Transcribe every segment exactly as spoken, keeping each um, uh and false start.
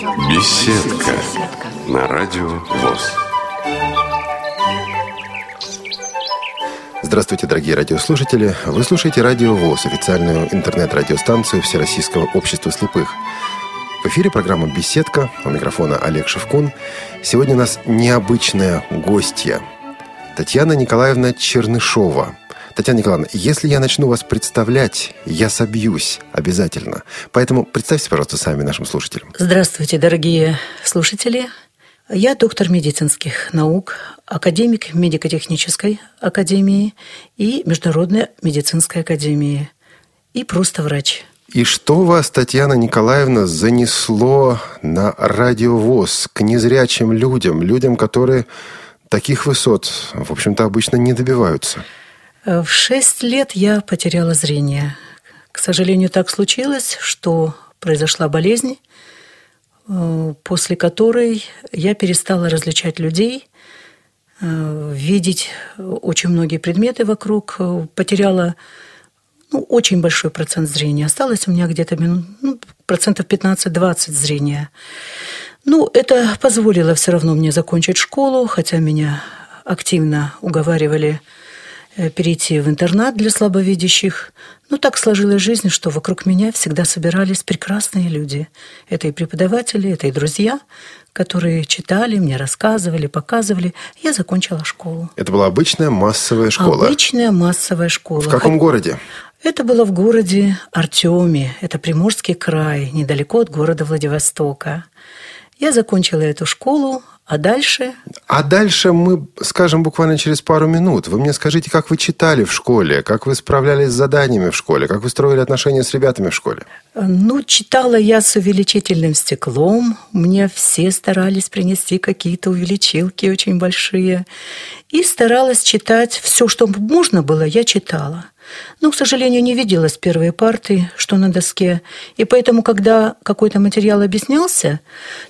Беседка на радио ВОС. Здравствуйте, дорогие радиослушатели. Вы слушаете Радио ВОС, официальную интернет-радиостанцию Всероссийского общества слепых. В эфире программа «Беседка». У микрофона Олег Шевкун. Сегодня у нас необычная гостья. Татьяна Николаевна Чернышова. Татьяна Николаевна, если я начну вас представлять, я собьюсь обязательно. Поэтому представьте, пожалуйста, сами нашим слушателям. Здравствуйте, дорогие слушатели. Я доктор медицинских наук, академик медико-технической академии и Международной медицинской академии. И просто врач. И что вас, Татьяна Николаевна, занесло на Радио ВОС к незрячим людям, людям, которые таких высот, в общем-то, обычно не добиваются? В шесть лет я потеряла зрение. К сожалению, так случилось, что произошла болезнь, после которой я перестала различать людей, видеть очень многие предметы вокруг, потеряла ну, очень большой процент зрения. Осталось у меня где-то ну, процентов пятнадцать-двадцать зрения. Ну, это позволило все равно мне закончить школу, хотя меня активно уговаривали перейти в интернат для слабовидящих. Но так сложилась жизнь, что вокруг меня всегда собирались прекрасные люди. Это и преподаватели, это и друзья, которые читали, мне рассказывали, показывали. Я закончила школу. Это была обычная массовая школа? Обычная массовая школа. В каком городе? Это было в городе Артеме. Это Приморский край, недалеко от города Владивостока. Я закончила эту школу, а дальше... А дальше мы скажем буквально через пару минут. Вы мне скажите, как вы читали в школе, как вы справлялись с заданиями в школе, как вы строили отношения с ребятами в школе? Ну, читала я с увеличительным стеклом. Мне все старались принести какие-то увеличилки очень большие. И старалась читать все, что можно было, я читала. Но, к сожалению, не видела с первой парты, что на доске. И поэтому, когда какой-то материал объяснялся,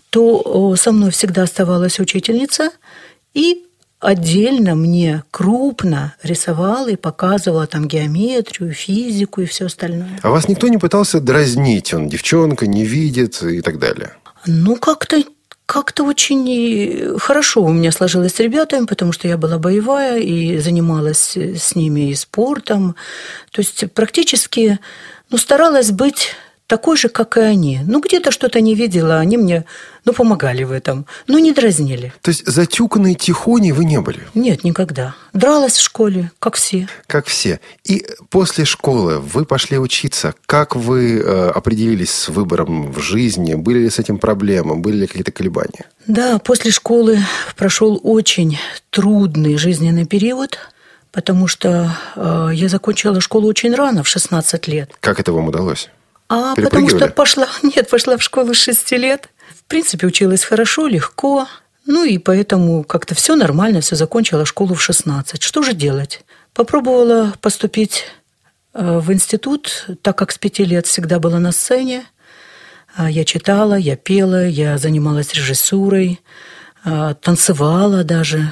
то со мной всегда оставалась учительница и отдельно мне крупно рисовала и показывала там геометрию, физику и все остальное. А вас никто не пытался дразнить? Он девчонка, не видит и так далее? Ну, как-то... Как-то очень хорошо у меня сложилось с ребятами, потому что я была боевая и занималась с ними и спортом. То есть практически ну, старалась быть такой же, как и они. Ну, где-то что-то не видела, они мне ну, помогали в этом, но не дразнили. То есть затюканной тихоней вы не были? Нет, никогда. Дралась в школе, как все. Как все. И после школы вы пошли учиться. Как вы э, определились с выбором в жизни? Были ли с этим проблемы? Были ли какие-то колебания? Да, после школы прошел очень трудный жизненный период, потому что э, я закончила школу очень рано, в шестнадцать лет. Как это вам удалось? А потому что пошла, нет, пошла в школу с шести лет. В принципе, училась хорошо, легко. Ну и поэтому как-то все нормально, все закончила школу в шестнадцать. Что же делать? Попробовала поступить в институт, так как с пяти лет всегда была на сцене. Я читала, я пела, я занималась режиссурой, танцевала даже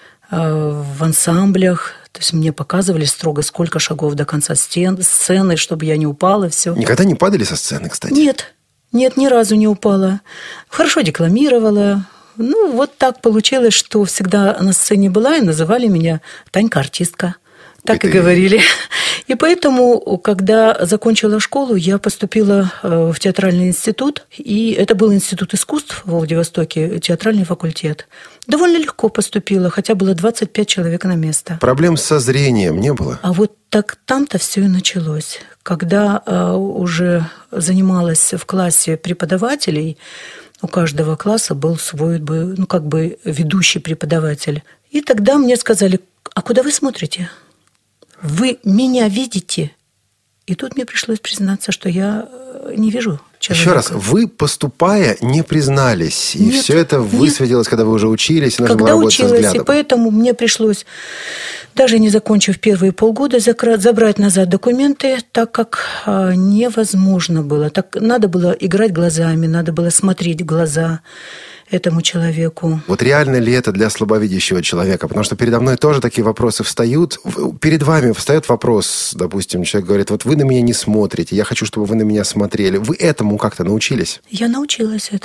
в ансамблях. То есть мне показывали строго, сколько шагов до конца стен, сцены, чтобы я не упала, все. Никогда не падали со сцены, кстати? Нет, нет, ни разу не упала. Хорошо декламировала. Ну, вот так получилось, что всегда на сцене была, и называли меня Танька-артистка. Так Это и говорили. И поэтому, когда закончила школу, я поступила в театральный институт. И это был институт искусств в Владивостоке, театральный факультет. Довольно легко поступила, хотя было двадцать пять человек на место. Проблем со зрением не было? А вот так там-то все и началось. Когда э, уже занималась в классе преподавателей, у каждого класса был свой, ну, как бы ведущий преподаватель. И тогда мне сказали: а куда вы смотрите? Вы меня видите? И тут мне пришлось признаться, что я не вижу человека. Еще раз, вы, поступая, не признались. И нет, все это высветилось, нет. Когда вы уже учились, и нужно когда было работать училась, со взглядом. И поэтому мне пришлось, даже не закончив первые полгода, забрать назад документы, так как невозможно было. Так надо было играть глазами, надо было смотреть в глаза этому человеку. Вот реально ли это для слабовидящего человека? Потому что передо мной тоже такие вопросы встают. Перед вами встает вопрос, допустим, человек говорит: вот вы на меня не смотрите, я хочу, чтобы вы на меня смотрели. Вы этому как-то научились? Я научилась этому.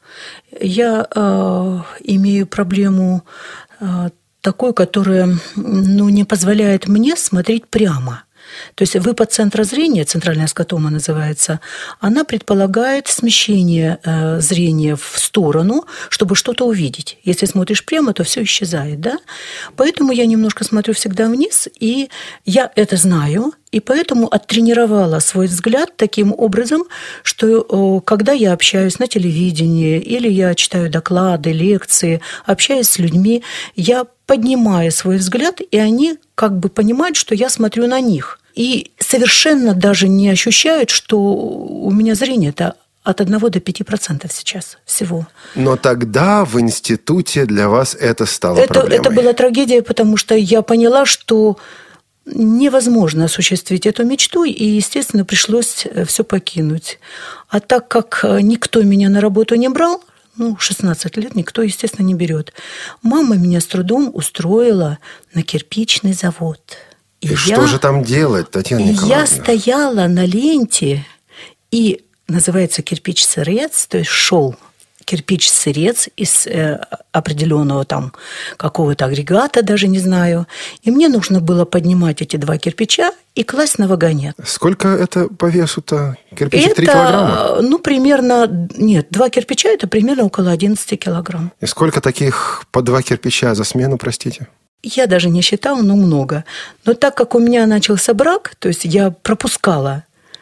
Я э, имею проблему э, такую, которая ну, не позволяет мне смотреть прямо. То есть выпад центра зрения, центральная скотома называется, она предполагает смещение э, зрения в сторону, чтобы что-то увидеть. Если смотришь прямо, то все исчезает, да? Поэтому я немножко смотрю всегда вниз, и я это знаю, и поэтому оттренировала свой взгляд таким образом, что э, когда я общаюсь на телевидении или я читаю доклады, лекции, общаюсь с людьми, я поднимаю свой взгляд, и они как бы понимают, что я смотрю на них. И совершенно даже не ощущают, что у меня зрение-то от одного до пяти процентов сейчас всего. Но тогда в институте для вас это стало это, проблемой. Это была трагедия, потому что я поняла, что невозможно осуществить эту мечту, и, естественно, пришлось все покинуть. А так как никто меня на работу не брал, ну, шестнадцать лет никто, естественно, не берет, мама меня с трудом устроила на кирпичный завод. И, и что я, же там делать, Татьяна Николаевна? Я стояла на ленте, и называется кирпич-сырец, то есть шел кирпич-сырец из э, определенного там какого-то агрегата, даже не знаю. И мне нужно было поднимать эти два кирпича и класть на вагонет. Сколько это по весу-то? Кирпич это, три килограмма? Ну, примерно... Нет, два кирпича – это примерно около одиннадцати килограмм. И сколько таких по два кирпича за смену, простите? Я даже не считала, но много. Но так как у меня начался брак, то есть я пропускала,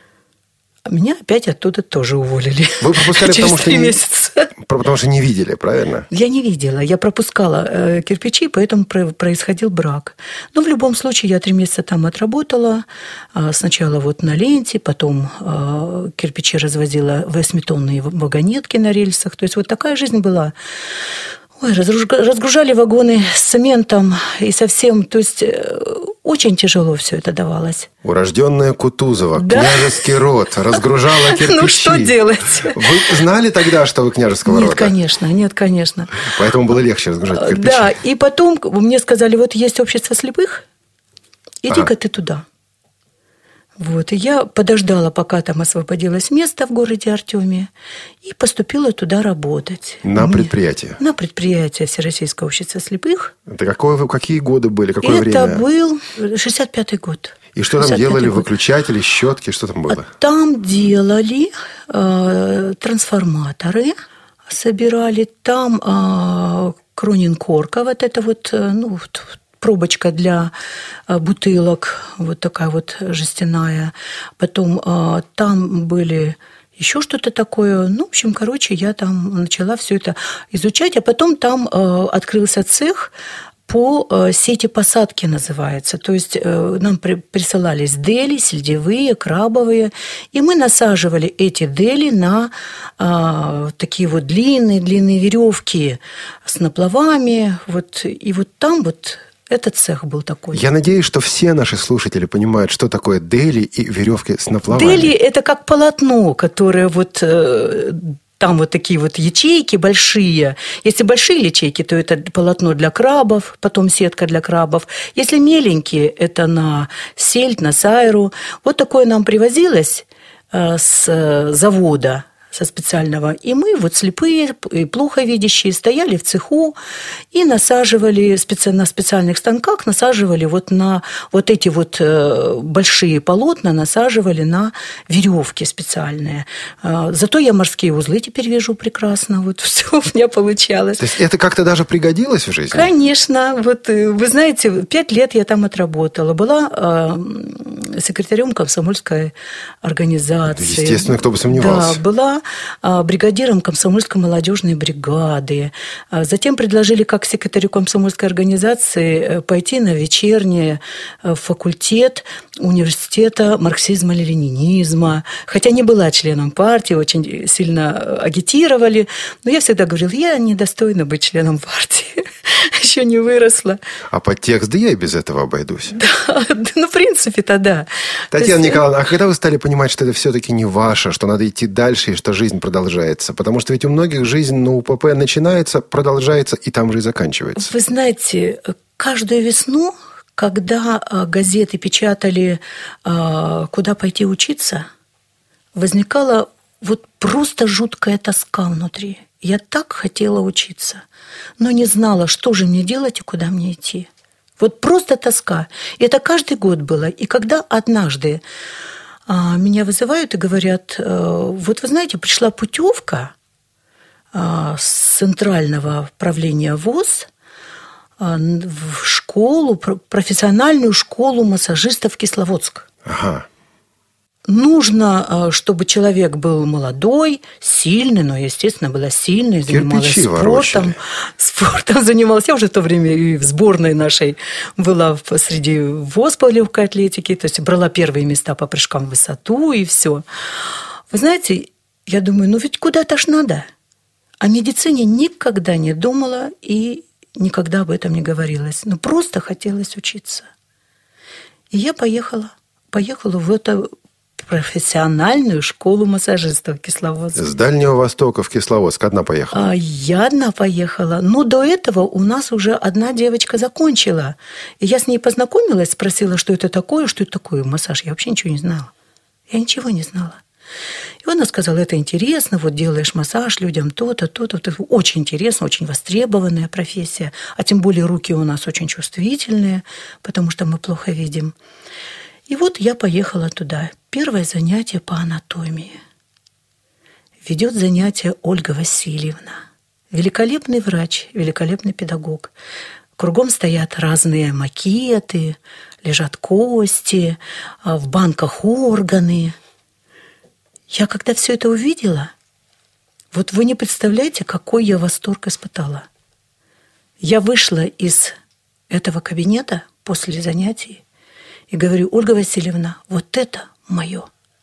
меня опять оттуда тоже уволили. Вы пропускали, через потому что, три не, месяца. потому что не видели, правильно? Я не видела. Я пропускала э, кирпичи, поэтому про- происходил брак. Но в любом случае я три месяца там отработала. Э, сначала вот на ленте, потом э, кирпичи развозила восьмитонные вагонетки на рельсах. То есть вот такая жизнь была. Ой, разгружали вагоны с цементом и совсем, то есть очень тяжело все это давалось. Урожденная Кутузова, да? Княжеский род, разгружала кирпичи. Ну, что делать? Вы знали тогда, что вы княжеского нет, рода? Нет, конечно, нет, конечно. Поэтому было легче разгружать кирпичи. Да, и потом мне сказали, вот есть общество слепых, иди-ка а. ты туда. Вот, и я подождала, пока там освободилось место в городе Артеме, и поступила туда работать. На Мне... предприятие? На предприятие Всероссийского общества слепых. Это какое, какие годы были, какое Это время? Это был шестьдесят пятый год. И что там делали? Год. Выключатели, щетки, что там было? Там делали э, трансформаторы, собирали, там э, Кроненкорка, вот это вот, э, ну, пробочка для бутылок, вот такая вот жестяная. Потом э, там были еще что-то такое. Ну, в общем, короче, я там начала все это изучать. А потом там э, открылся цех по э, сети посадки, называется. То есть э, нам при, присылались дели, сельдевые, крабовые, и мы насаживали эти дели на э, такие вот длинные-длинные веревки с наплавами. Вот, и вот там вот этот цех был такой. Я надеюсь, что все наши слушатели понимают, что такое дели и веревки с наплавами. Дели – это как полотно, которое вот э, там вот такие вот ячейки большие. Если большие ячейки, то это полотно для крабов, потом сетка для крабов. Если меленькие, это на сельдь, на сайру. Вот такое нам привозилось э, с завода, со специального. И мы, вот слепые и плохо видящие, стояли в цеху и насаживали на специальных станках, насаживали вот на вот эти вот большие полотна, насаживали на веревки специальные. Зато я морские узлы теперь вяжу прекрасно. Вот все у меня получалось. То есть это как-то даже пригодилось в жизни? Конечно. Вот вы знаете, пять лет я там отработала. Была секретарем комсомольской организации. Естественно, кто бы сомневался. Да, была бригадиром комсомольской молодежной бригады. Затем предложили как секретарю комсомольской организации пойти на вечерний факультет университета марксизма-ленинизма. Хотя не была членом партии, очень сильно агитировали. Но я всегда говорила, я недостойна быть членом партии. Еще не выросла. А под текст, да я и без этого обойдусь. Да, ну, в принципе-то да. Татьяна есть... Николаевна, а когда вы стали понимать, что это все-таки не ваше, что надо идти дальше и что жизнь продолжается? Потому что ведь у многих жизнь на УПП начинается, продолжается и там же и заканчивается. Вы знаете, каждую весну, когда газеты печатали «Куда пойти учиться», возникала вот просто жуткая тоска внутри. Я так хотела учиться, но не знала, что же мне делать и куда мне идти. Вот просто тоска. И это каждый год было. И когда однажды а, меня вызывают и говорят, а, вот вы знаете, пришла путевка а, с центрального правления ВОС а, в школу, профессиональную школу массажистов Кисловодск. Ага. Нужно, чтобы человек был молодой, сильный, но, естественно, была сильной, занималась Кирпичи спортом. ворочали. Спортом занималась. Я уже в то время и в сборной нашей была среди ВОС по легкой атлетике, то есть брала первые места по прыжкам в высоту и все. Вы знаете, я думаю, ну ведь куда-то ж надо. О медицине никогда не думала и никогда об этом не говорилось. Ну, просто хотелось учиться. И я поехала. Поехала в это... профессиональную школу массажистов Кисловодск. С Дальнего Востока в Кисловодск одна поехала? А, я одна поехала. Но до этого у нас уже одна девочка закончила. И я с ней познакомилась, спросила, что это такое, что это такое массаж. Я вообще ничего не знала. Я ничего не знала. И она сказала, это интересно, вот делаешь массаж людям то-то, то-то. то-то. Очень интересно, очень востребованная профессия. А тем более руки у нас очень чувствительные, потому что мы плохо видим. И вот я поехала туда. Первое занятие по анатомии. Ведет занятие Ольга Васильевна. Великолепный врач, великолепный педагог. Кругом стоят разные макеты, лежат кости, в банках органы. Я когда все это увидела, вот вы не представляете, какой я восторг испытала. Я вышла из этого кабинета после занятий и говорю, Ольга Васильевна, вот это мое.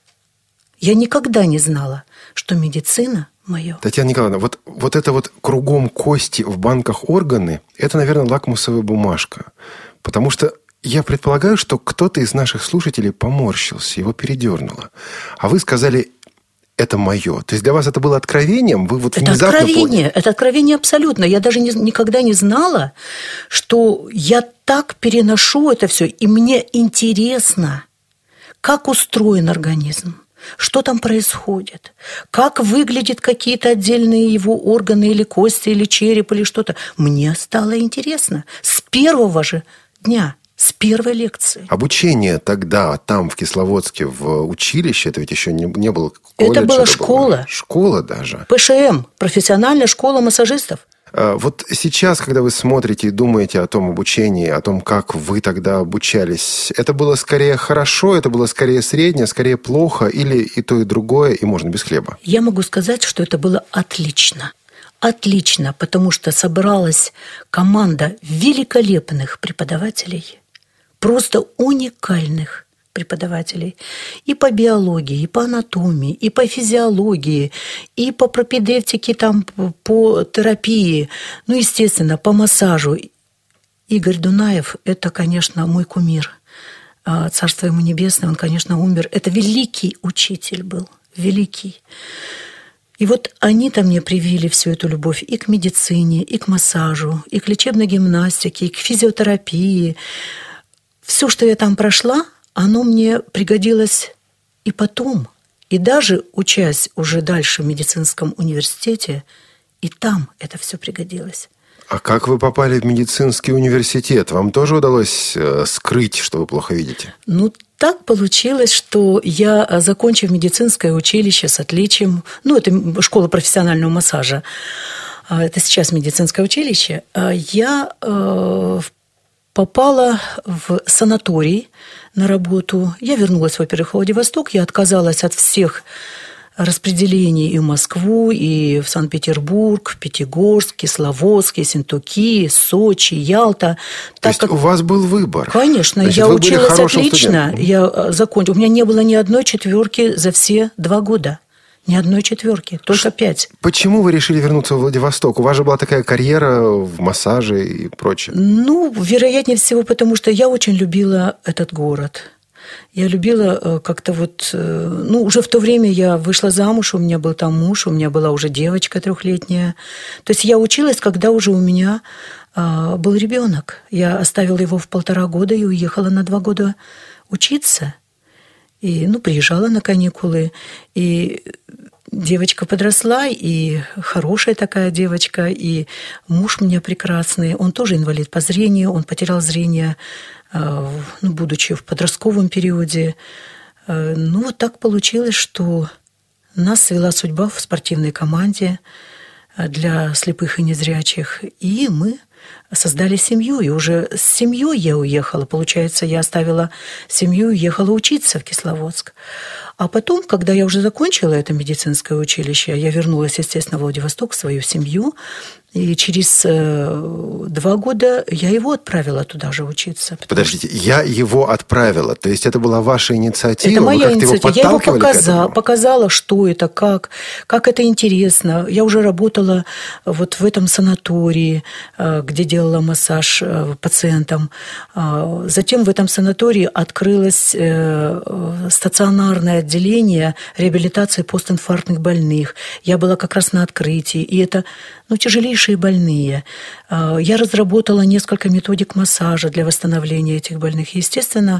Я никогда не знала, что медицина мое. Татьяна Николаевна, вот, вот это вот кругом кости в банках органы, это, наверное, лакмусовая бумажка. Потому что я предполагаю, что кто-то из наших слушателей поморщился, его передернуло. А вы сказали, это мое. То есть для вас это было откровением? Вы вот это внезапно откровение, поняли? Это откровение абсолютно. Я даже не, никогда не знала, что я так переношу это все, и мне интересно, как устроен организм, что там происходит, как выглядят какие-то отдельные его органы или кости, или череп, или что-то. Мне стало интересно с первого же дня. С первой лекции. Обучение тогда, там, в Кисловодске, в училище, это ведь еще не, не было колледж. Это была это школа. Была школа даже. ПШМ, профессиональная школа массажистов. Вот сейчас, когда вы смотрите и думаете о том обучении, о том, как вы тогда обучались, это было скорее хорошо, это было скорее среднее, скорее плохо, или и то, и другое, и можно без хлеба? Я могу сказать, что это было отлично. Отлично, потому что собралась команда великолепных преподавателей, просто уникальных преподавателей и по биологии, и по анатомии, и по физиологии, и по пропедевтике, там, по терапии, ну, естественно, по массажу. Игорь Дунаев – это, конечно, мой кумир. Царство ему небесное, он, конечно, умер. Это великий учитель был, великий. И вот они-то мне привили всю эту любовь и к медицине, и к массажу, и к лечебной гимнастике, и к физиотерапии. Все, что я там прошла, оно мне пригодилось и потом. И даже учась уже дальше в медицинском университете, и там это все пригодилось. А как вы попали в медицинский университет? Вам тоже удалось э, скрыть, что вы плохо видите? Ну, так получилось, что я, закончив медицинское училище с отличием, ну, это школа профессионального массажа, это сейчас медицинское училище, я попала в санаторий на работу. Я вернулась, во-первых, в Владивосток, я отказалась от всех распределений и в Москву, и в Санкт-Петербург, в Пятигорск, Кисловодск, Ессентуки, Сочи, Ялта. То так есть как... у вас был выбор? Конечно, Значит, я училась отлично. Студентом. Я закончила. У меня не было ни одной четверки за все два года. Ни одной четверки, только Ш... пять. Почему вы решили вернуться в Владивосток? У вас же была такая карьера в массаже и прочее. Ну, вероятнее всего, потому что я очень любила этот город. Я любила как-то вот... Ну, уже в то время я вышла замуж, у меня был там муж, у меня была уже девочка трехлетняя. То есть я училась, когда уже у меня был ребенок. Я оставила его в полтора года и уехала на два года учиться. И, ну, приезжала на каникулы. И девочка подросла, и хорошая такая девочка, и муж у меня прекрасный, он тоже инвалид по зрению, он потерял зрение, ну, будучи в подростковом периоде. Ну, вот так получилось, что нас свела судьба в спортивной команде для слепых и незрячих, и мы создали семью, и уже с семьей я уехала. Получается, я оставила семью и уехала учиться в Кисловодск. А потом, когда я уже закончила это медицинское училище, я вернулась, естественно, в Владивосток, в свою семью, и через э, два года я его отправила туда же учиться. Подождите, что... я его отправила, то есть это была ваша инициатива? Это моя Вы инициатива. Его я его показала, показала, что это, как, как это интересно. Я уже работала вот в этом санатории, где делала массаж пациентам. Затем в этом санатории открылось стационарное отделение реабилитации постинфарктных больных. Я была как раз на открытии, и это ну, тяжелейшие больные. Я разработала несколько методик массажа для восстановления этих больных. Естественно,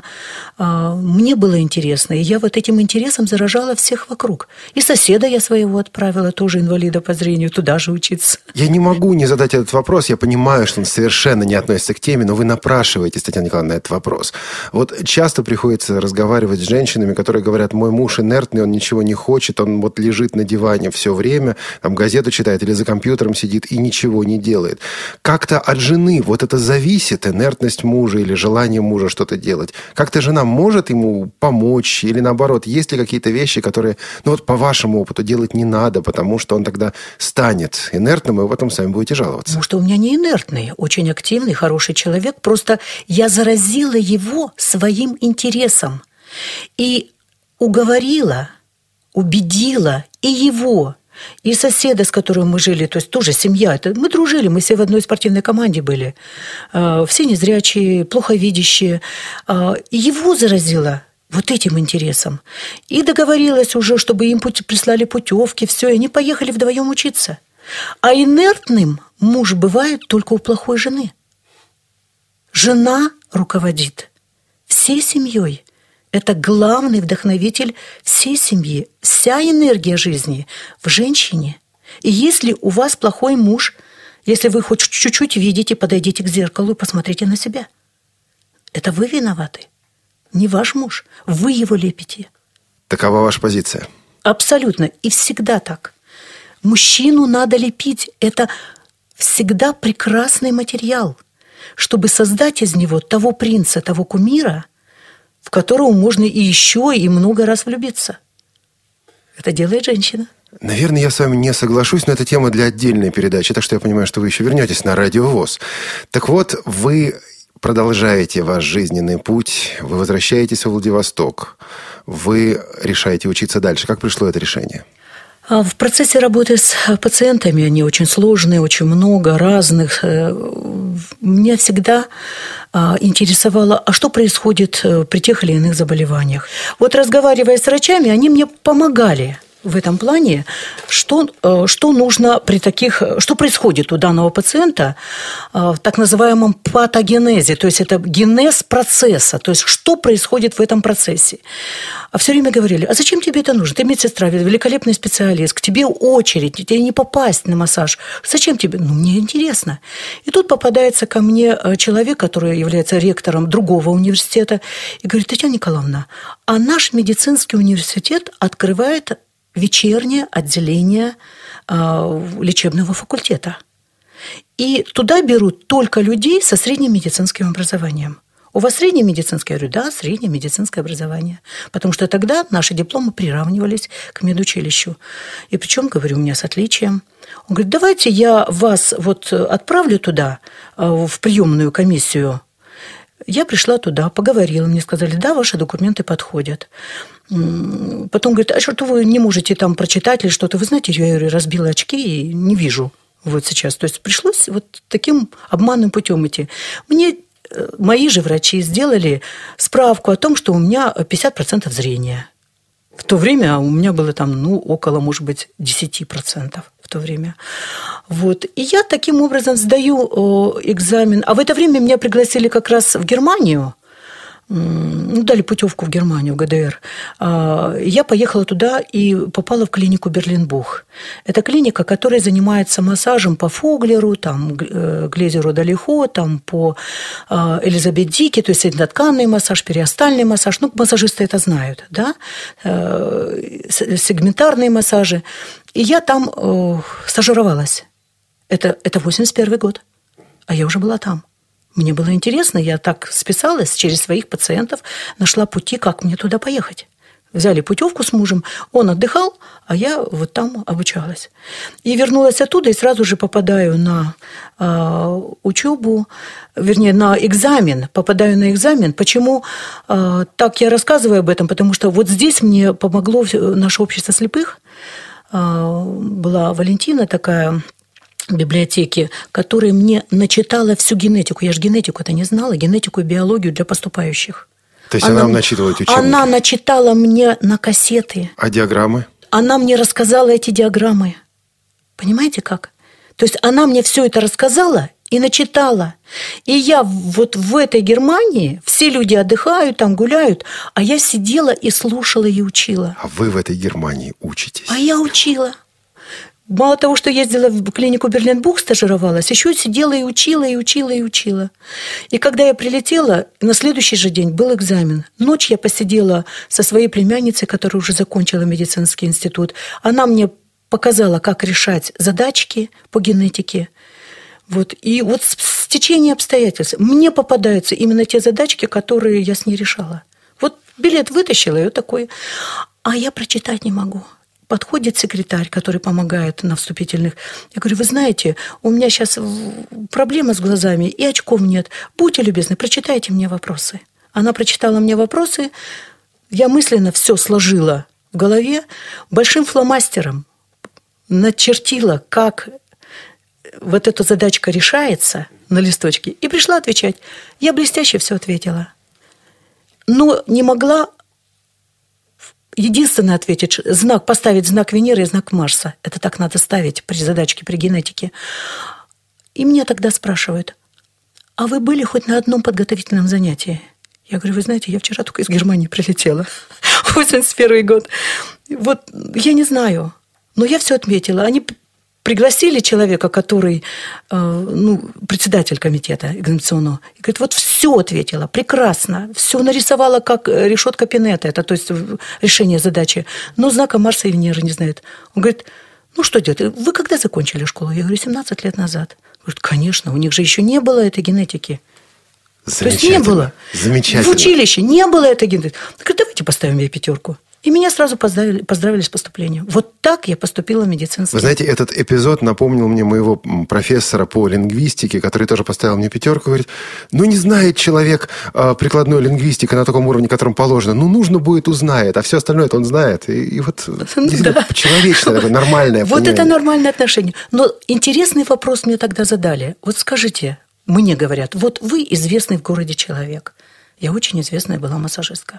мне было интересно, и я вот этим интересом заражала всех вокруг. И соседа я своего отправила, тоже инвалида по зрению, туда же учиться. Я не могу не задать этот вопрос. Я понимаю, что он совершенно не относится к теме, но вы напрашиваетесь, Татьяна Николаевна, на этот вопрос. Вот часто приходится разговаривать с женщинами, которые говорят: мой муж инертный, он ничего не хочет, он вот лежит на диване все время, там газету читает или за компьютером сидит и ничего не делает. Как-то от жены вот это зависит, инертность мужа или желание мужа что-то делать. Как-то жена может ему помочь или наоборот, есть ли какие-то вещи, которые, ну вот по вашему опыту делать не надо, потому что он тогда станет инертным, и вы потом сами будете жаловаться? Потому что у меня не инертный, очень активный, хороший человек, просто я заразила его своим интересом и уговорила, убедила и его, и соседа, с которым мы жили, то есть тоже семья, это, мы дружили, мы все в одной спортивной команде были, все незрячие, плоховидящие, и его заразила вот этим интересом. И договорилась уже, чтобы им прислали путевки, все, и они поехали вдвоем учиться. А инертным муж бывает только у плохой жены. Жена руководит всей семьей. Это главный вдохновитель всей семьи. Вся энергия жизни в женщине. И если у вас плохой муж, если вы хоть чуть-чуть видите, подойдите к зеркалу и посмотрите на себя. Это вы виноваты, не ваш муж. Вы его лепите. Такова ваша позиция? Абсолютно. И всегда так. Мужчину надо лепить. Это всегда прекрасный материал, чтобы создать из него того принца, того кумира, в которого можно и еще, и много раз влюбиться. Это делает женщина. Наверное, я с вами не соглашусь, но это тема для отдельной передачи, так что я понимаю, что вы еще вернетесь на Радио ВОС. Так вот, вы продолжаете ваш жизненный путь, вы возвращаетесь в Владивосток, вы решаете учиться дальше. Как пришло это решение? В процессе работы с пациентами, они очень сложные, очень много разных. Меня всегда интересовало, а что происходит при тех или иных заболеваниях. Вот разговаривая с врачами, они мне помогали в этом плане, что, что нужно при таких, что происходит у данного пациента в так называемом патогенезе, то есть это генез процесса, то есть что происходит в этом процессе. А все время говорили: а зачем тебе это нужно? Ты медсестра, великолепный специалист, к тебе очередь, тебе не попасть на массаж. Зачем тебе? Ну, мне интересно. И тут попадается ко мне человек, который является ректором другого университета, и говорит: Татьяна Николаевна, а наш медицинский университет открывает вечернее отделение э, лечебного факультета. И туда берут только людей со средним медицинским образованием. У вас среднее медицинское? Я говорю: да, среднее медицинское образование. Потому что тогда наши дипломы приравнивались к медучилищу. И причем, говорю, у меня с отличием. Он говорит: давайте я вас вот отправлю туда, в приемную комиссию. Я пришла туда, поговорила, мне сказали: да, ваши документы подходят. Потом говорит: а что вы не можете там прочитать или что-то? Вы знаете, я разбила очки и не вижу вот сейчас. То есть пришлось вот таким обманным путем идти. Мне мои же врачи сделали справку о том, что у меня пятьдесят процентов зрения. В то время у меня было там, ну, около, может быть, десять процентов в то время. Вот. И я таким образом сдаю экзамен. А в это время меня пригласили как раз в Германию ну, дали путевку в Германию, в ГДР. Я поехала туда и попала в клинику Берлин-Бух. Это клиника, которая занимается массажем по Фоглеру, там, Глезеру Далихо, там, по Элизабет Дике, то есть однотканный массаж, периостальный массаж. Ну, массажисты это знают, да? Сегментарные массажи. И я там стажировалась. Это, это восемьдесят первый год, а я уже была там. Мне было интересно, я так списалась через своих пациентов, нашла пути, как мне туда поехать. Взяли путевку с мужем, он отдыхал, а я вот там обучалась. И вернулась оттуда, и сразу же попадаю на э, учебу, вернее, на экзамен. Попадаю на экзамен. Почему э, так я рассказываю об этом? Потому что вот здесь мне помогло наше общество слепых. Э, была Валентина такая... библиотеки, которая мне начитала всю генетику. Я же генетику-то не знала, генетику и биологию для поступающих. То есть она, она вам начитывает учебники? Она начитала мне на кассеты. А диаграммы? Она мне рассказала эти диаграммы. Понимаете как? То есть она мне все это рассказала и начитала. И я вот в этой Германии, все люди отдыхают, там гуляют, а я сидела и слушала и учила. А вы в этой Германии учитесь? А я учила. Мало того, что ездила в клинику Берлин-Бух, стажировалась, еще сидела и учила, и учила, и учила. И когда я прилетела, на следующий же день был экзамен. Ночь я посидела со своей племянницей, которая уже закончила медицинский институт. Она мне показала, как решать задачки по генетике. Вот. И вот с течением обстоятельств мне попадаются именно те задачки, которые я с ней решала. Вот билет вытащила, и вот такой. А я прочитать не могу. Подходит секретарь, который помогает на вступительных. Я говорю, вы знаете, у меня сейчас проблема с глазами, и очков нет. Будьте любезны, прочитайте мне вопросы. Она прочитала мне вопросы, я мысленно все сложила в голове, большим фломастером начертила, как вот эта задачка решается на листочке, и пришла отвечать. Я блестяще все ответила. Но не могла... Единственное ответить, знак, поставить знак Венеры и знак Марса. Это так надо ставить при задачке, при генетике. И меня тогда спрашивают, а вы были хоть на одном подготовительном занятии? Я говорю, вы знаете, я вчера только из Германии прилетела. восемьдесят первый год. Вот я не знаю, но я все отметила. Они пригласили человека, который, ну, председатель комитета экзаменационного, и говорит, вот все ответила, прекрасно, все нарисовала, как решетка Пинетта, это, то есть решение задачи, но знака Марса и Венеры не знает. Он говорит, ну что делать, вы когда закончили школу? Я говорю, семнадцать лет назад. Говорит, конечно, у них же еще не было этой генетики. То есть не было. Замечательно. В училище не было этой генетики. Говорит, давайте поставим ей пятерку. И меня сразу поздравили, поздравили с поступлением. Вот так я поступила в медицинский. Вы знаете, этот эпизод напомнил мне моего профессора по лингвистике, который тоже поставил мне пятерку. Говорит, ну не знает человек прикладной лингвистики на таком уровне, котором положено. Ну нужно будет, узнает. А все остальное это он знает. И, и вот действительно человечное, такое нормальное. Вот это нормальное отношение. Но интересный вопрос мне тогда задали. Вот скажите, мне говорят, вот вы известный в городе человек. Я очень известная была массажистка.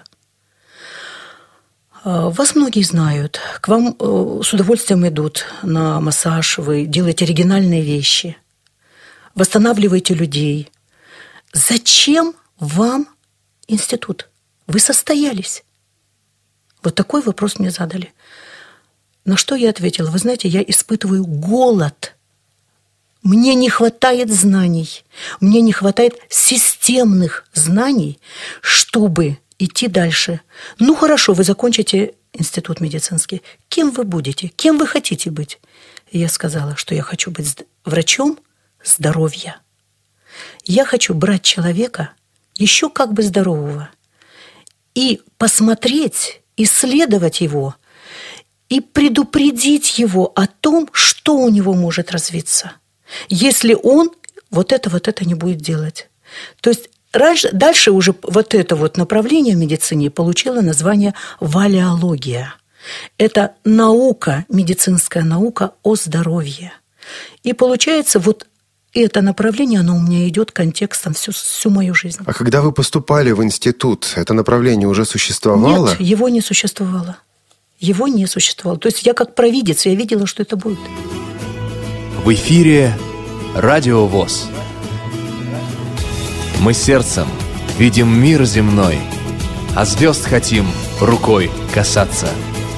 Вас многие знают, к вам с удовольствием идут на массаж, вы делаете оригинальные вещи, восстанавливаете людей. Зачем вам институт? Вы состоялись. Вот такой вопрос мне задали. На что я ответила, вы знаете, я испытываю голод. Мне не хватает знаний, мне не хватает системных знаний, чтобы... идти дальше. Ну, хорошо, вы закончите институт медицинский. Кем вы будете? Кем вы хотите быть? И я сказала, что я хочу быть врачом здоровья. Я хочу брать человека, еще как бы здорового, и посмотреть, исследовать его, и предупредить его о том, что у него может развиться, если он вот это, вот это не будет делать. То есть дальше уже вот это вот направление в медицине получило название валеология. Это наука, медицинская наука о здоровье. И получается, вот это направление, оно у меня идет контекстом всю, всю мою жизнь. А когда вы поступали в институт, это направление уже существовало? Нет, его не существовало. Его не существовало. То есть я как провидец, я видела, что это будет. В эфире Радио ВОС. Мы сердцем видим мир земной, а звезд хотим рукой касаться.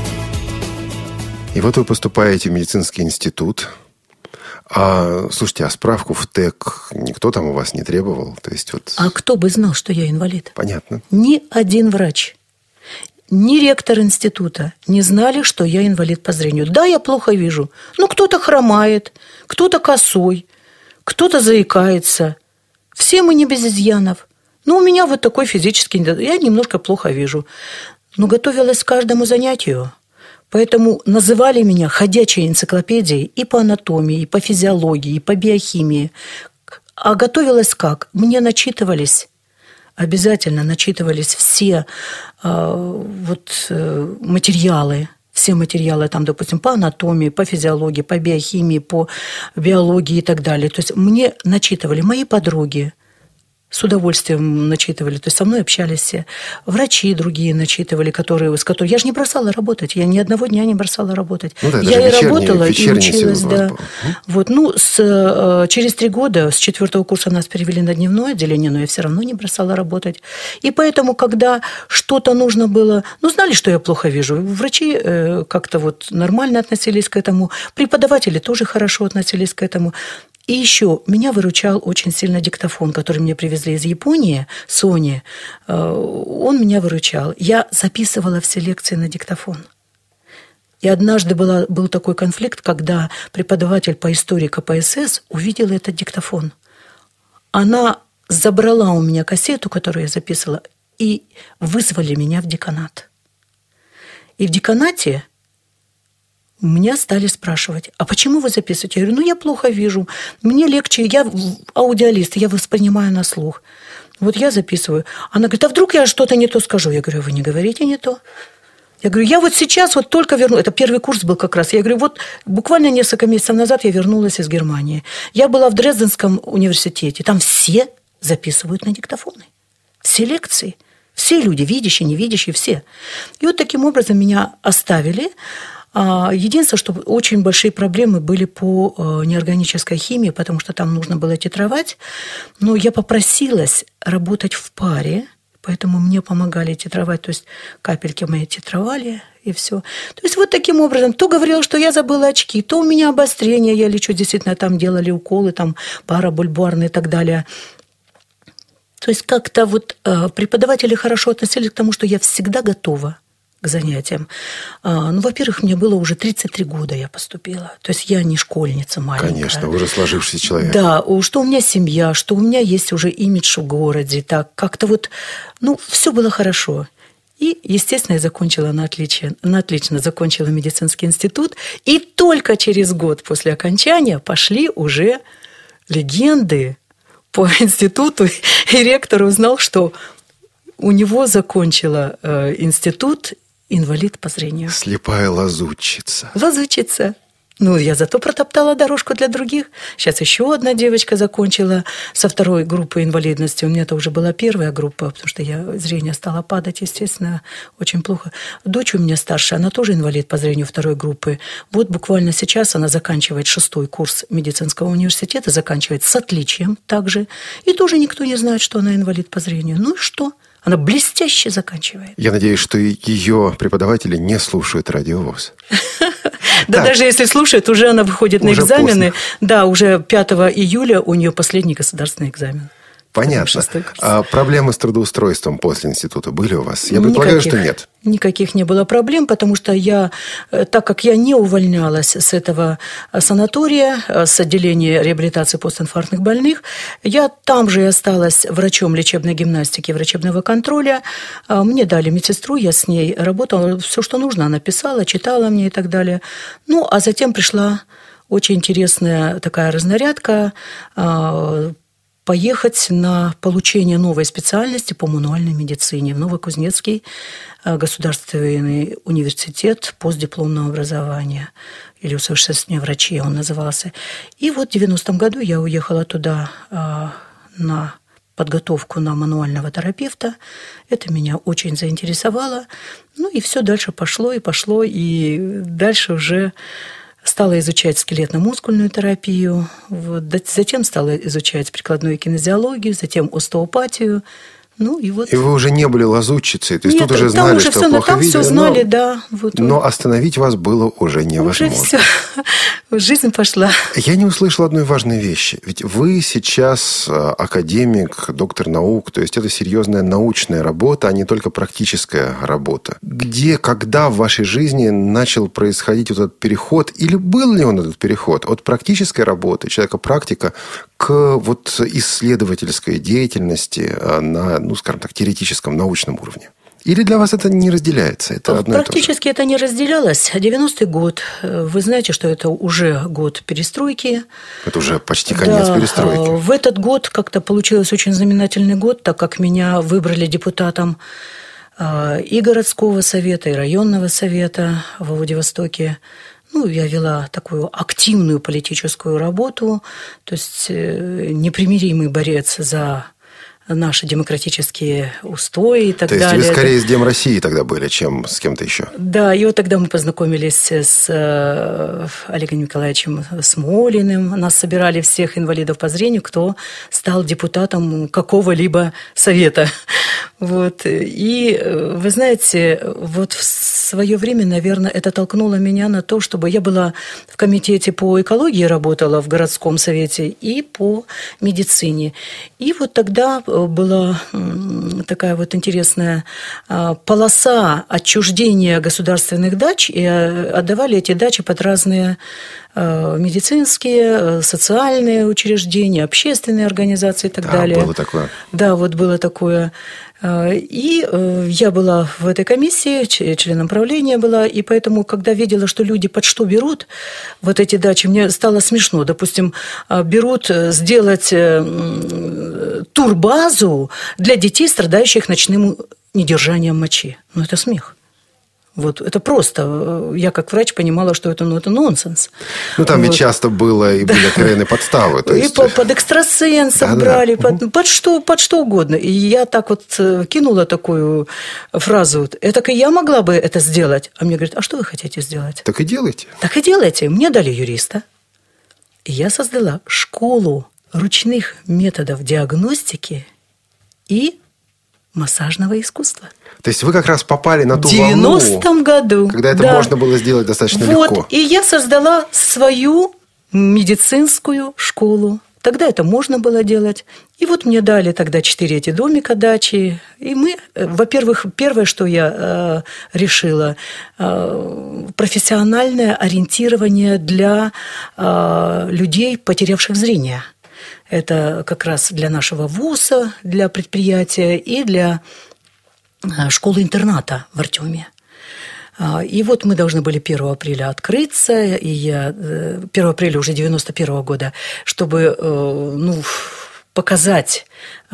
И вот вы поступаете в медицинский институт. А, слушайте, а справку в ТЭК никто там у вас не требовал? То есть вот... А кто бы знал, что я инвалид? Понятно. Ни один врач, ни ректор института не знали, что я инвалид по зрению. Да, я плохо вижу. Ну, кто-то хромает, кто-то косой, кто-то заикается. Все мы не без изъянов. Но у меня вот такой физический... Я немножко плохо вижу. Но готовилась к каждому занятию. Поэтому называли меня ходячей энциклопедией и по анатомии, и по физиологии, и по биохимии. А готовилась как? Мне начитывались, обязательно начитывались все э, вот, э, материалы, все материалы, там, допустим, по анатомии, по физиологии, по биохимии, по биологии и так далее. То есть мне начитывали мои подруги. С удовольствием начитывали, то есть со мной общались все. Врачи другие начитывали, которые, с которыми... Я же не бросала работать, я ни одного дня не бросала работать. Ну, да, я и работала, и училась. Да. Вот, ну, с, через три года, с четвертого курса нас перевели на дневное отделение, но я все равно не бросала работать. И поэтому, когда что-то нужно было... Ну, знали, что я плохо вижу. Врачи как-то вот нормально относились к этому, преподаватели тоже хорошо относились к этому. И еще меня выручал очень сильно диктофон, который мне привезли из Японии, Sony. Он меня выручал. Я записывала все лекции на диктофон. И однажды была, был такой конфликт, когда преподаватель по истории ка пэ эс эс увидела этот диктофон. Она забрала у меня кассету, которую я записывала, и вызвали меня в деканат. И в деканате меня стали спрашивать, а почему вы записываете? Я говорю, ну, я плохо вижу, мне легче, я аудиалист, я воспринимаю на слух. Вот я записываю. Она говорит, а вдруг я что-то не то скажу? Я говорю, вы не говорите не то. Я говорю, я вот сейчас вот только вернулась. Это первый курс был как раз. Я говорю, вот буквально несколько месяцев назад я вернулась из Германии. Я была в Дрезденском университете. Там все записывают на диктофоны. Все лекции. Все люди, видящие, невидящие, все. И вот таким образом меня оставили. Единственное, что очень большие проблемы были по неорганической химии, потому что там нужно было титровать. Но я попросилась работать в паре, поэтому мне помогали титровать. То есть капельки мои титровали, и все. То есть вот таким образом. То говорил, что я забыла очки, то у меня обострение, я лечу, действительно, там делали уколы, там парабульбарные и так далее. То есть как-то вот преподаватели хорошо относились к тому, что я всегда готова к занятиям. Ну, во-первых, мне было уже тридцать три года, я поступила. То есть я не школьница маленькая. Конечно, уже сложившийся человек. Да, что у меня семья, что у меня есть уже имидж в городе. Так, как-то вот, ну, все было хорошо. И, естественно, я закончила на отлично, на отлично закончила медицинский институт. И только через год после окончания пошли уже легенды по институту. И ректор узнал, что у него закончила э, институт инвалид по зрению. Слепая лазутчица. Лазутчица. Ну, я зато протоптала дорожку для других. Сейчас еще одна девочка закончила со второй группы инвалидности. У меня это уже была первая группа, потому что я, зрение стало падать, естественно, очень плохо. Дочь у меня старшая, она тоже инвалид по зрению второй группы. Вот буквально сейчас она заканчивает шестой курс медицинского университета, заканчивает с отличием также. И тоже никто не знает, что она инвалид по зрению. Ну и что? Она блестяще заканчивает. Я надеюсь, что ее преподаватели не слушают Радио ВОС. Да, даже если слушают, уже она выходит на экзамены. Да, уже пятого июля у нее последний государственный экзамен. Понятно. А проблемы с трудоустройством после института были у вас? Я предполагаю, что нет. Никаких не было проблем, потому что я, так как я не увольнялась с этого санатория, с отделения реабилитации постинфарктных больных, я там же и осталась врачом лечебной гимнастики, врачебного контроля. Мне дали медсестру, я с ней работала. Все, что нужно, она писала, читала мне и так далее. Ну, а затем пришла очень интересная такая разнарядка – поехать на получение новой специальности по мануальной медицине в Новокузнецкий государственный университет постдипломного образования или усовершенствования врачей он назывался. И вот в девяностом году я уехала туда на подготовку на мануального терапевта. Это меня очень заинтересовало. Ну и все дальше пошло и пошло, и дальше уже стала изучать скелетно-мускульную терапию, вот, затем стала изучать прикладную кинезиологию, затем остеопатию. Ну, и вот... И вы уже не были лазутчицей, то есть Нет, тут уже знали, уже что все, плохо там видели, все знали, но... да. Вот, но вот. остановить вас было уже невозможно. Уже все. Жизнь пошла. Я не услышал одной важной вещи. Ведь вы сейчас академик, доктор наук, то есть это серьезная научная работа, а не только практическая работа. Где, когда в вашей жизни начал происходить вот этот переход, или был ли он этот переход от практической работы, человека-практика, к вот исследовательской деятельности на, ну, скажем так, теоретическом, научном уровне? Или для вас это не разделяется? Это одно Практически это не разделялось. девяностый год. Вы знаете, что это уже год перестройки. Это уже почти конец да, перестройки. В этот год как-то получился очень знаменательный год, так как меня выбрали депутатом и городского совета, и районного совета во Владивостоке. Ну, я вела такую активную политическую работу, то есть непримиримый борец за наши демократические устои и так далее. То есть вы скорее с Дем России тогда были, чем с кем-то еще? Да, и вот тогда мы познакомились с Олегом Николаевичем Смолиным. Нас собирали всех инвалидов по зрению, кто стал депутатом какого-либо совета. Вот. И вы знаете, вот в свое время, наверное, это толкнуло меня на то, чтобы я была в комитете по экологии, работала в городском совете и по медицине. И вот тогда была такая вот интересная полоса отчуждения государственных дач, и отдавали эти дачи под разные медицинские, социальные учреждения, общественные организации и так да, далее. Было такое. Да, вот было такое. И я была в этой комиссии, членом правления была, и поэтому, когда видела, что люди под что берут вот эти дачи, мне стало смешно. Допустим, берут сделать турбазу для детей, страдающих ночным недержанием мочи. Ну, это смех. Вот это просто. Я как врач понимала, что это, ну, это нонсенс. Ну, там вот. Ведь часто было и были откровенные подставы. То есть... И по, под экстрасенсов да, брали, да. Под, под, что, под что угодно. И я так вот кинула такую фразу. Так и я могла бы это сделать. А мне говорят, а что вы хотите сделать? Так и делайте. Так и делайте. Мне дали юриста. И я создала школу ручных методов диагностики и массажного искусства. То есть вы как раз попали на ту волну, в девяностом году, когда это да. можно было сделать достаточно вот. легко. И я создала свою медицинскую школу. Тогда это можно было делать. И вот мне дали тогда четыре эти домика дачи. И мы, во-первых, первое, что я э, решила, э, профессиональное ориентирование для э, людей, потерявших зрение. Это как раз для нашего вуза, для предприятия и для школы-интерната в Артеме. И вот мы должны были первого апреля открыться, и я первого апреля уже девяносто первого года, чтобы ну, показать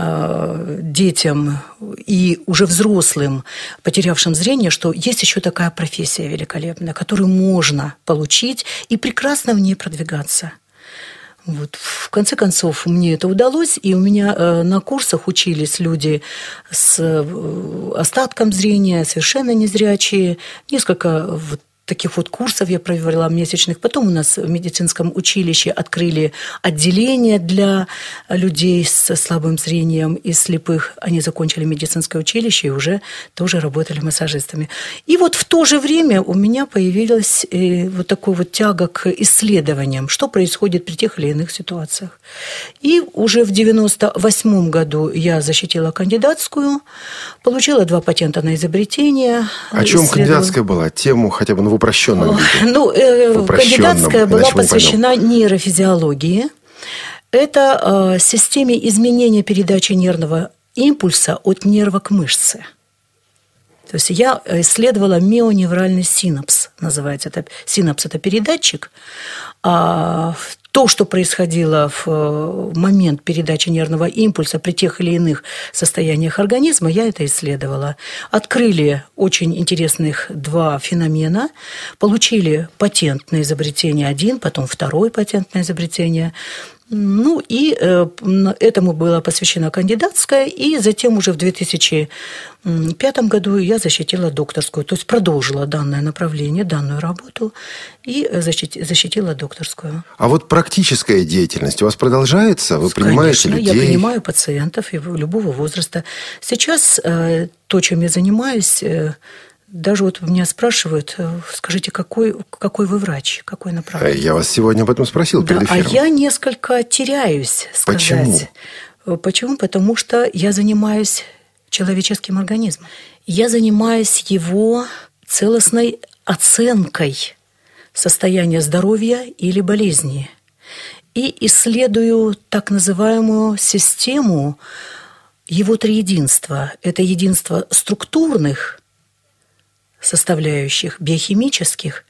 детям и уже взрослым, потерявшим зрение, что есть еще такая профессия великолепная, которую можно получить и прекрасно в ней продвигаться. Вот. В конце концов, мне это удалось, и у меня на курсах учились люди с остатком зрения, совершенно незрячие. Несколько вот таких вот курсов я провела месячных. Потом у нас в медицинском училище открыли отделение для людей с слабым зрением и слепых. Они закончили медицинское училище и уже тоже работали массажистами. И вот в то же время у меня появилась вот такая вот тяга к исследованиям, что происходит при тех или иных ситуациях. И уже в девяносто восьмом году я защитила кандидатскую, получила два патента на изобретение. О чем кандидатская была? Тему хотя бы ну, в упрощенном виде? Ну, э, кандидатская была посвящена нейрофизиологии. Это э, системе изменения передачи нервного импульса от нерва к мышце. То есть я исследовала мионевральный синапс, называется это. Синапс – это передатчик. А то, что происходило в момент передачи нервного импульса при тех или иных состояниях организма, я это исследовала. Открыли очень интересных два феномена, получили патент на изобретение один, потом второй патент на изобретение. Ну, и этому была посвящена кандидатская, и затем уже в две тысячи пятом году я защитила докторскую, то есть продолжила данное направление, данную работу и защитила докторскую. А вот практическая деятельность у вас продолжается? Вы принимаете людей? Конечно, я принимаю пациентов любого возраста. Сейчас то, чем я занимаюсь... Даже вот меня спрашивают, скажите, какой, какой вы врач, какой направление? Я вас сегодня об этом спросил да, перед эфиром. А я несколько теряюсь сказать. Почему? Почему? Потому что я занимаюсь человеческим организмом. Я занимаюсь его целостной оценкой состояния здоровья или болезни. И исследую так называемую систему его триединства. Это единство структурных составляющих, биохимических,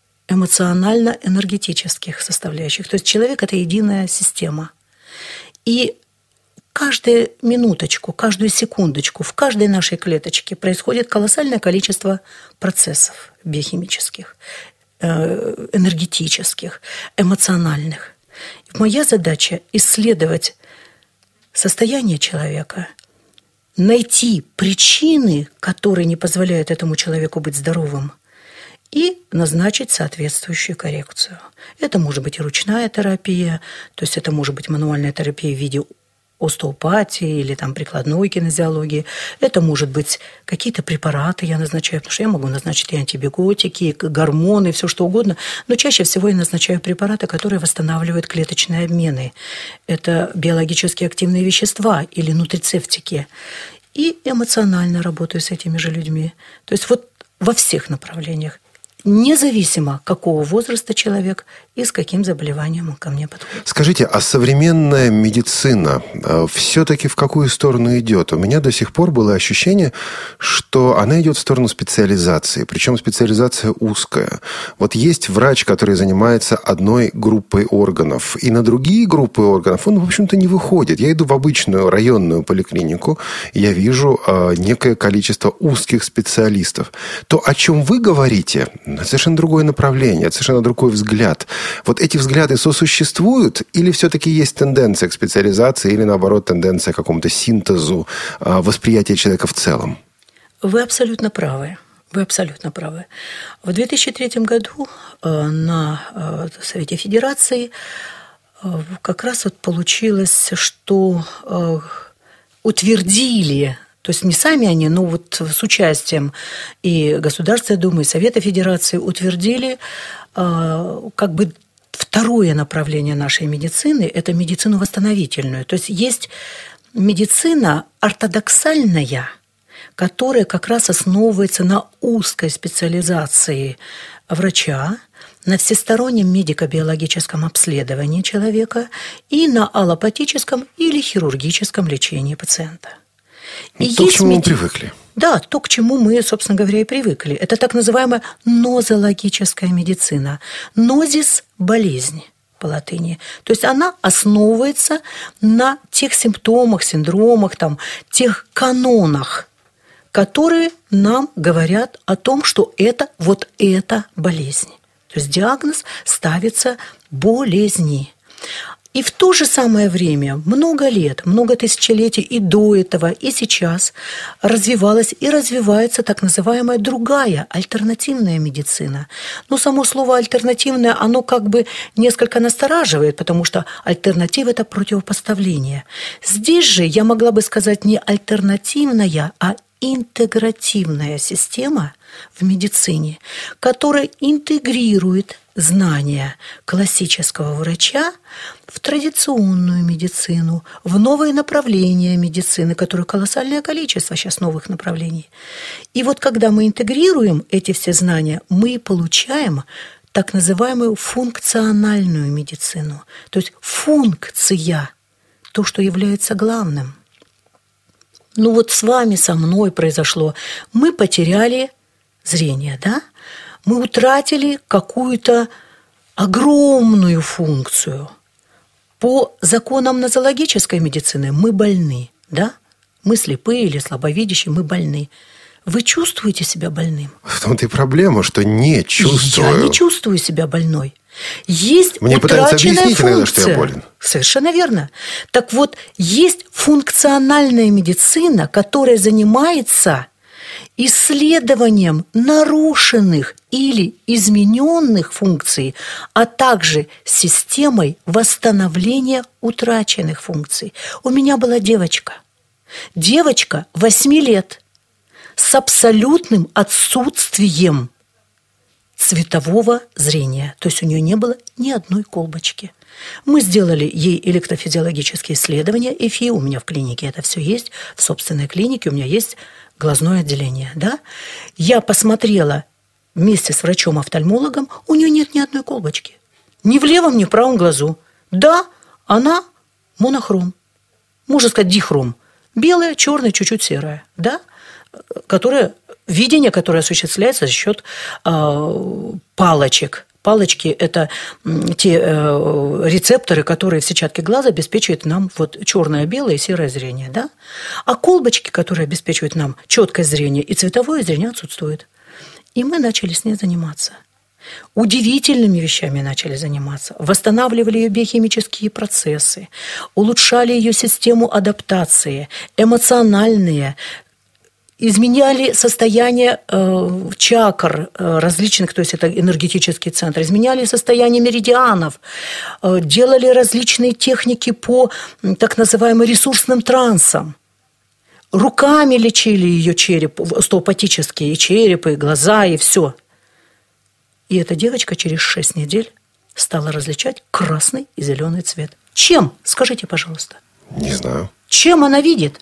эмоционально-энергетических составляющих. То есть человек – это единая система. И каждую минуточку, каждую секундочку в каждой нашей клеточке происходит колоссальное количество процессов биохимических, энергетических, эмоциональных. И моя задача – исследовать состояние человека, найти причины, которые не позволяют этому человеку быть здоровым, и назначить соответствующую коррекцию. Это может быть и ручная терапия, то есть это может быть мануальная терапия в виде остеопатии или там прикладной кинезиологии. Это может быть какие-то препараты я назначаю, потому что я могу назначить и антибиотики, и гормоны, все что угодно, но чаще всего я назначаю препараты, которые восстанавливают клеточные обмены. Это биологически активные вещества или нутрицептики. И эмоционально работаю с этими же людьми. То есть вот во всех направлениях. Независимо, какого возраста человек и с каким заболеванием он ко мне подходит. Скажите, а современная медицина все-таки в какую сторону идет? У меня до сих пор было ощущение, что она идет в сторону специализации, причем специализация узкая. Вот есть врач, который занимается одной группой органов, и на другие группы органов он, в общем-то, не выходит. Я иду в обычную районную поликлинику, и я вижу некое количество узких специалистов. То, о чем вы говорите, это совершенно другое направление, это совершенно другой взгляд. Вот эти взгляды сосуществуют или все-таки есть тенденция к специализации или, наоборот, тенденция к какому-то синтезу восприятия человека в целом? Вы абсолютно правы. Вы абсолютно правы. В две тысячи третьем году на Совете Федерации как раз вот получилось, что утвердили, то есть не сами они, но вот с участием и Государственной Думы, и Совета Федерации утвердили как бы второе направление нашей медицины – это медицину восстановительную. То есть есть медицина ортодоксальная, которая как раз основывается на узкой специализации врача, на всестороннем медико-биологическом обследовании человека и на аллопатическом или хирургическом лечении пациента. И то, к чему мы привыкли. Да, то, к чему мы, собственно говоря, и привыкли. Это так называемая нозологическая медицина. Нозис – болезнь по латыни. То есть она основывается на тех симптомах, синдромах, там, тех канонах, которые нам говорят о том, что это вот эта болезнь. То есть диагноз ставится болезни. И в то же самое время, много лет, много тысячелетий и до этого, и сейчас развивалась и развивается так называемая другая, альтернативная медицина. Но само слово «альтернативное», оно как бы несколько настораживает, потому что альтернатива – это противопоставление. Здесь же я могла бы сказать не альтернативная, а интегративная система в медицине, которая интегрирует знания классического врача в традиционную медицину, в новые направления медицины, которые колоссальное количество сейчас новых направлений. И вот когда мы интегрируем эти все знания, мы получаем так называемую функциональную медицину. То есть функция, то, что является главным. Ну вот с вами, со мной произошло. Мы потеряли зрение, да? Мы утратили какую-то огромную функцию. По законам нозологической медицины мы больны, да? Мы слепые или слабовидящие, мы больны. Вы чувствуете себя больным? В том-то и проблема, что не чувствую. Я не чувствую себя больной. Есть Мне пытаются объяснить функция. иногда, что я болен. Совершенно верно. Так вот, есть функциональная медицина, которая занимается исследованием нарушенных или измененных функций, а также системой восстановления утраченных функций. У меня была девочка. Девочка восьми лет с абсолютным отсутствием цветового зрения. То есть у нее не было ни одной колбочки. Мы сделали ей электрофизиологические исследования ЭФИ. У меня в клинике это все есть. В собственной клинике у меня есть глазное отделение. Да? Я посмотрела вместе с врачом-офтальмологом. У нее нет ни одной колбочки. Ни в левом, ни в правом глазу. Да, она монохром. Можно сказать, дихром. Белая, черная, чуть-чуть серая. Да? Которая... Видение, которое осуществляется за счет э, палочек. Палочки – это те э, рецепторы, которые в сетчатке глаза обеспечивают нам вот черное, белое и серое зрение. Да? А колбочки, которые обеспечивают нам четкое зрение и цветовое зрение, отсутствуют. И мы начали с ней заниматься. Удивительными вещами начали заниматься. Восстанавливали ее биохимические процессы, улучшали ее систему адаптации, эмоциональные, изменяли состояние э, чакр э, различных, то есть это энергетические центры, изменяли состояние меридианов, э, делали различные техники по так называемым ресурсным трансам. Руками лечили ее череп, остеопатические, и череп, и глаза, и все. И эта девочка через шесть недель стала различать красный и зеленый цвет. Чем? Скажите, пожалуйста. Не знаю. Чем она видит?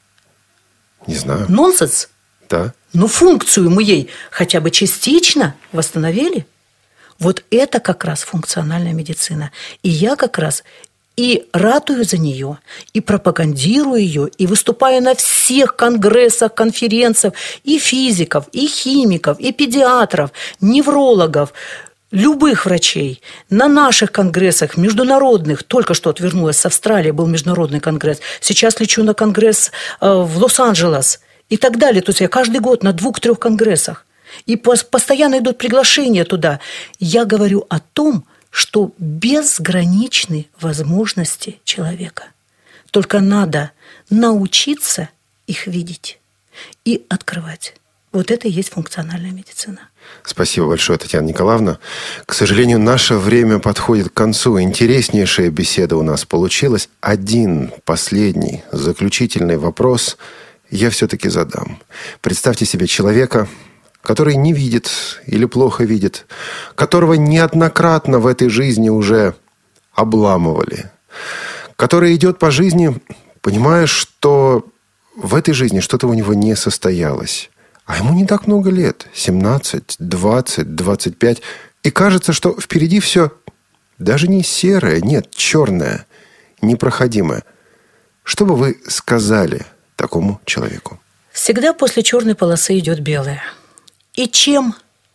Не знаю. Нонсенс? Да. Но функцию мы ей хотя бы частично восстановили. Вот это как раз функциональная медицина. И я как раз и ратую за нее, и пропагандирую ее, и выступаю на всех конгрессах, конференциях и физиков, и химиков, и педиатров, неврологов, любых врачей. На наших конгрессах международных, только что отвернулась с Австралии, был международный конгресс, сейчас лечу на конгресс э, в Лос-Анджелес и так далее. То есть я каждый год на двух-трех конгрессах. И постоянно идут приглашения туда. Я говорю о том, что безграничны возможности человека. Только надо научиться их видеть и открывать. Вот это и есть функциональная медицина. Спасибо большое, Татьяна Николаевна. К сожалению, наше время подходит к концу. Интереснейшая беседа у нас получилась. Один последний, заключительный вопрос я все-таки задам. Представьте себе человека, который не видит или плохо видит, которого неоднократно в этой жизни уже обламывали, который идет по жизни, понимая, что в этой жизни что-то у него не состоялось. А ему не так много лет. семнадцать, двадцать, двадцать пять. И кажется, что впереди все даже не серое, нет, черное, непроходимое. Что бы вы сказали такому человеку? Всегда после черной полосы идет белая. И чем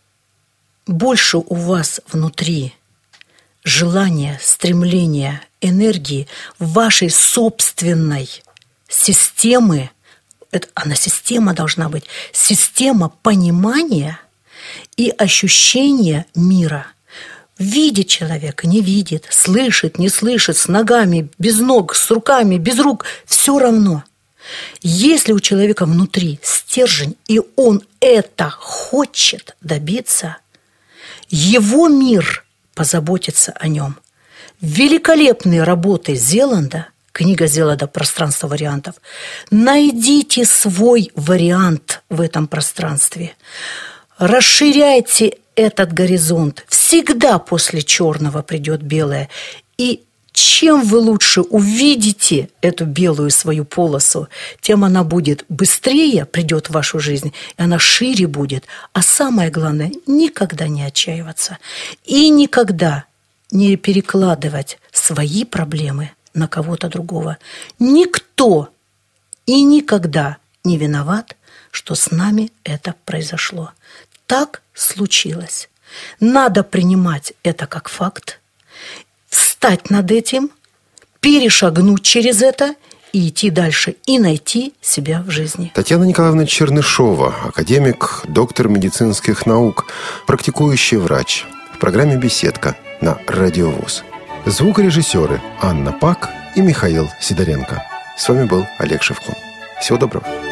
больше у вас внутри желания, стремления, энергии вашей собственной системы, это, она система должна быть, система понимания и ощущения мира. Видит человека, не видит, слышит, не слышит, с ногами, без ног, с руками, без рук, все равно. Если у человека внутри стержень, и он это хочет добиться, его мир позаботится о нем. Великолепные работы Зеланда, книга Зеланда «Пространство вариантов». Найдите свой вариант в этом пространстве. Расширяйте этот горизонт. Всегда после черного придет белое. И чем вы лучше увидите эту белую свою полосу, тем она будет быстрее, придет в вашу жизнь, и она шире будет. А самое главное, никогда не отчаиваться. И никогда не перекладывать свои проблемы на кого-то другого. Никто и никогда не виноват, что с нами это произошло. Так случилось. Надо принимать это как факт, встать над этим, перешагнуть через это и идти дальше, и найти себя в жизни. Татьяна Николаевна Чернышова, академик, доктор медицинских наук, практикующий врач. В программе «Беседка» на Радио ВОС. Звукорежиссеры Анна Пак и Михаил Сидоренко. С вами был Олег Шевкун. Всего доброго.